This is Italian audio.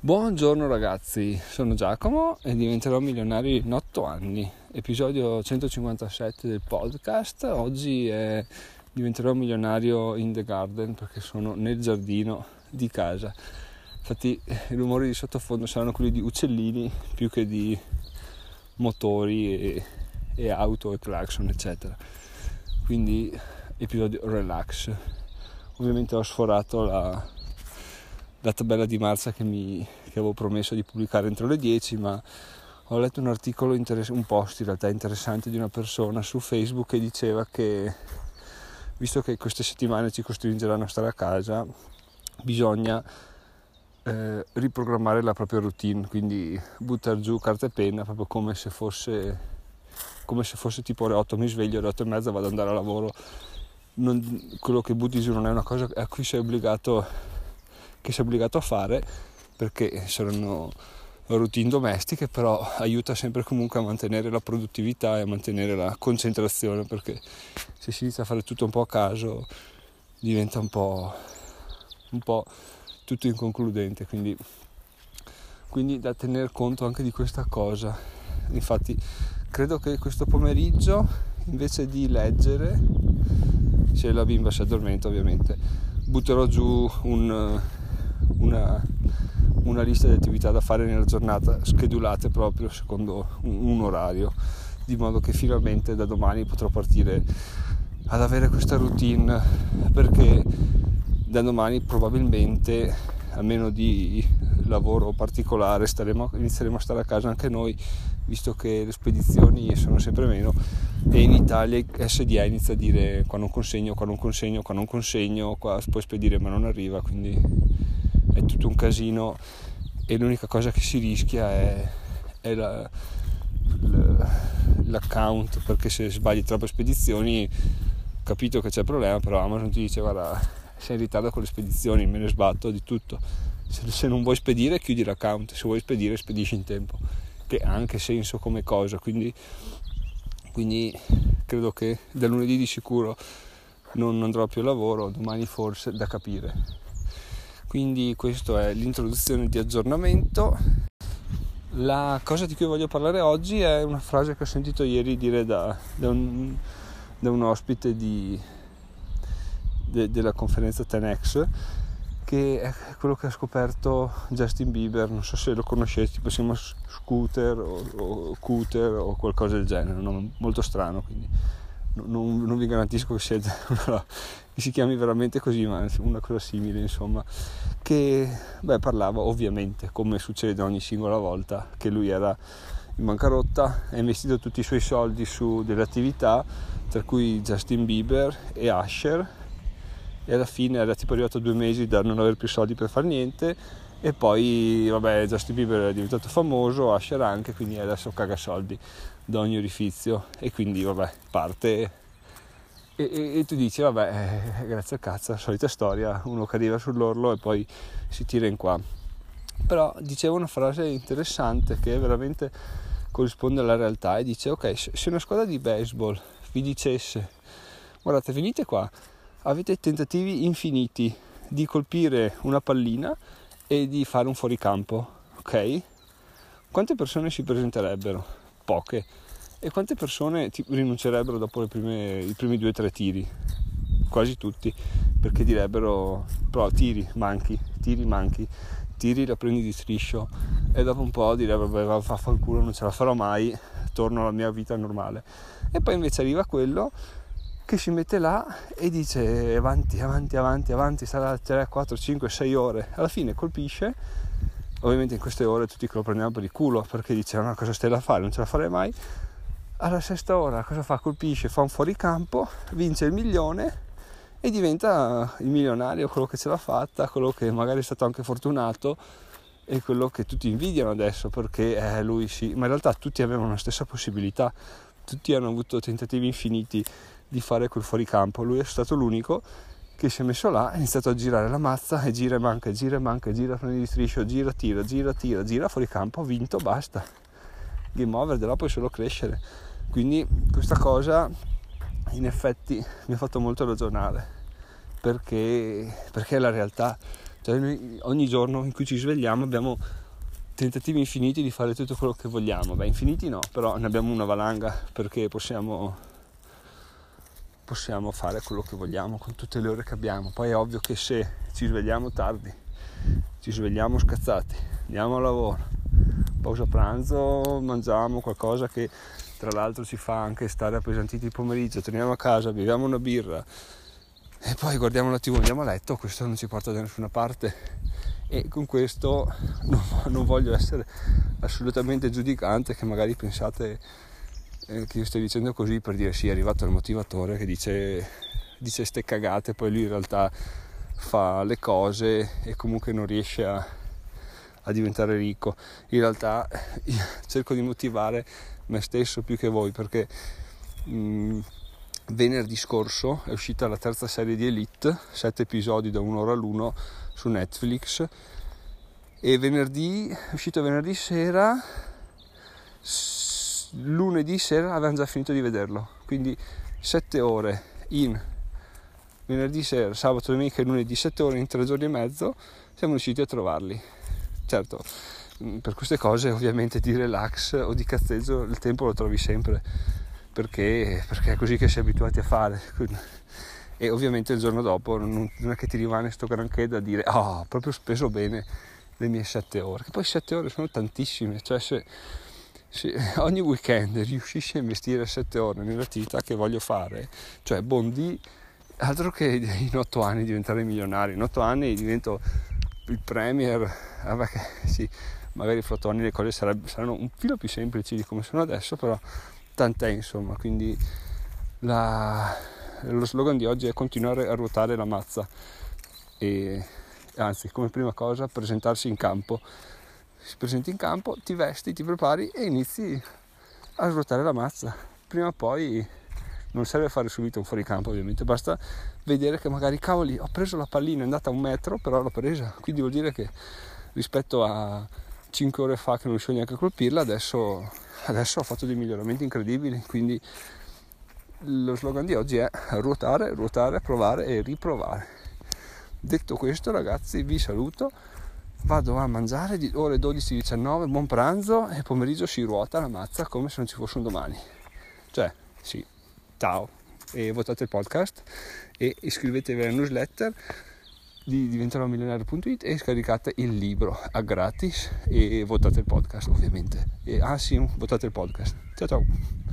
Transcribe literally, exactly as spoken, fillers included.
Buongiorno ragazzi, sono Giacomo e diventerò milionario in otto anni, episodio centocinquantasette del podcast. Oggi è diventerò milionario in the garden perché sono nel giardino di casa. Infatti i rumori di sottofondo saranno quelli di uccellini più che di motori e, e auto e clacson eccetera. Quindi episodio relax. Ovviamente ho sforato la la tabella di marcia che mi che avevo promesso di pubblicare entro le dieci, ma ho letto un articolo interess- un post in realtà interessante di una persona su Facebook che diceva che visto che queste settimane ci costringeranno a stare a casa, bisogna eh, riprogrammare la propria routine, quindi buttare giù carta e penna proprio come se fosse come se fosse tipo ore otto mi sveglio, ore otto e mezza vado ad andare a lavoro. Non, quello che butti giù non è una cosa a cui sei obbligato che sei obbligato a fare, perché saranno routine domestiche, però aiuta sempre comunque a mantenere la produttività e a mantenere la concentrazione, perché se si inizia a fare tutto un po' a caso diventa un po' un po' tutto inconcludente, quindi, quindi da tener conto anche di questa cosa. Infatti credo che questo pomeriggio, invece di leggere, se la bimba si addormenta ovviamente, butterò giù un Una, una lista di attività da fare nella giornata, schedulate proprio secondo un, un orario, di modo che finalmente da domani potrò partire ad avere questa routine, perché da domani probabilmente, a meno di lavoro particolare, staremo, inizieremo a stare a casa anche noi, visto che le spedizioni sono sempre meno e in Italia S D A inizia a dire qua non consegno, qua non consegno, qua non consegno, qua puoi spedire ma non arriva, quindi è tutto un casino e l'unica cosa che si rischia è, è la, la, l'account, perché se sbagli troppe spedizioni, capito che c'è problema, però Amazon ti dice guarda sei in ritardo con le spedizioni, me ne sbatto di tutto, se, se non vuoi spedire chiudi l'account, se vuoi spedire spedisci in tempo, che ha anche senso come cosa, quindi, quindi credo che da lunedì di sicuro non andrò più al lavoro, domani forse, da capire. Quindi questa è l'introduzione di aggiornamento. La cosa di cui voglio parlare oggi è una frase che ho sentito ieri dire da, da, un, da un ospite di, de, della conferenza ten X, che è quello che ha scoperto Justin Bieber. Non so se lo conoscete, tipo si chiama Scooter o, o Cooter o qualcosa del genere, un nome molto strano, quindi non, non vi garantisco che sia una, che si chiami veramente così, ma una cosa simile, insomma, che beh, parlava ovviamente, come succede ogni singola volta, che lui era in bancarotta, ha investito tutti i suoi soldi su delle attività, tra cui Justin Bieber e Usher, e alla fine era tipo arrivato a due mesi da non aver più soldi per fare niente, e poi vabbè Justin Bieber è diventato famoso, Usher anche, quindi adesso caga soldi da ogni orifizio, e quindi vabbè parte e, e, e tu dici vabbè eh, grazie al cazzo, la solita storia, uno che arriva sull'orlo e poi si tira in qua. Però diceva una frase interessante che veramente corrisponde alla realtà, e dice ok, se una squadra di baseball vi dicesse guardate venite qua, avete tentativi infiniti di colpire una pallina e di fare un fuoricampo, ok? Quante persone si presenterebbero? Poche. E quante persone ti rinuncerebbero dopo le prime, i primi due o tre tiri? Quasi tutti, perché direbbero però tiri, manchi, tiri, manchi, tiri, la prendi di striscio, e dopo un po' direbbero vabbè vaffanculo, non ce la farò mai, torno alla mia vita normale. E poi invece arriva quello che si mette là e dice avanti, avanti, avanti, avanti, sarà tre, quattro, cinque, sei ore, alla fine colpisce. Ovviamente in queste ore tutti che lo prendiamo per il culo, perché dice ma cosa stai da fare, non ce la farei mai. Alla sesta ora cosa fa? Colpisce, fa un fuoricampo, vince il milione e diventa il milionario, quello che ce l'ha fatta, quello che magari è stato anche fortunato e quello che tutti invidiano adesso, perché eh, lui sì, ma in realtà tutti avevano la stessa possibilità, tutti hanno avuto tentativi infiniti di fare quel fuoricampo, lui è stato l'unico che si è messo là, ha iniziato a girare la mazza e gira e manca, gira e manca, gira, prendi di striscio, gira, tira, gira, tira, gira, fuoricampo, vinto, basta, game over, da là puoi solo crescere. Quindi questa cosa in effetti mi ha fatto molto ragionare, perché, perché è la realtà, Cioè noi ogni giorno in cui ci svegliamo abbiamo tentativi infiniti di fare tutto quello che vogliamo. Beh, infiniti no, però ne abbiamo una valanga, perché possiamo possiamo fare quello che vogliamo con tutte le ore che abbiamo. Poi è ovvio che se ci svegliamo tardi, ci svegliamo scazzati, andiamo al lavoro, pausa pranzo, mangiamo qualcosa che tra l'altro ci fa anche stare appesantiti il pomeriggio, torniamo a casa, beviamo una birra e poi guardiamo la tivù, andiamo a letto, questo non ci porta da nessuna parte. E con questo non, non voglio essere assolutamente giudicante, che magari pensate eh, che io stia dicendo così per dire sì, è arrivato il motivatore che dice dice ste cagate, poi lui in realtà fa le cose e comunque non riesce a, a diventare ricco. In realtà io cerco di motivare me stesso più che voi, perché mh, venerdì scorso è uscita la terza serie di Elite, sette episodi da un'ora l'uno su Netflix, e venerdì è uscito venerdì sera, lunedì sera avevamo già finito di vederlo, quindi sette ore in venerdì sera, sabato, domenica e lunedì, sette ore in tre giorni e mezzo siamo riusciti a trovarli. Certo, per queste cose ovviamente di relax o di cazzeggio il tempo lo trovi sempre, perché, perché è così che si è abituati a fare, e ovviamente il giorno dopo non, non è che ti rimane sto granché da dire oh, ho proprio speso bene le mie sette ore, che poi sette ore sono tantissime. Cioè se, se ogni weekend riuscissi a investire sette ore nell'attività che voglio fare, cioè bondi, altro che in otto anni diventare milionario. In otto anni divento il premier, vabbè che sì, magari fra otto anni le cose sarebbe, saranno un filo più semplici di come sono adesso, però tant'è, insomma. Quindi la, lo slogan di oggi è continuare a ruotare la mazza, e anzi, come prima cosa, presentarsi in campo. Si presenti in campo, ti vesti, ti prepari e inizi a ruotare la mazza. Prima o poi non serve fare subito un fuoricampo, ovviamente, basta vedere che magari cavoli, ho preso la pallina, è andata un metro, però l'ho presa, quindi vuol dire che rispetto a cinque ore fa che non riuscivo neanche a colpirla, adesso, adesso ho fatto dei miglioramenti incredibili. Quindi lo slogan di oggi è ruotare, ruotare, provare e riprovare. Detto questo, ragazzi, vi saluto, vado a mangiare, di ore dodici diciannove, buon pranzo, e pomeriggio si ruota la mazza come se non ci fosse un domani. Cioè, sì, ciao, e votate il podcast e iscrivetevi alla newsletter di diventerò milionario punto it e scaricate il libro a gratis, e votate il podcast ovviamente, e ah sì, votate il podcast. Ciao ciao.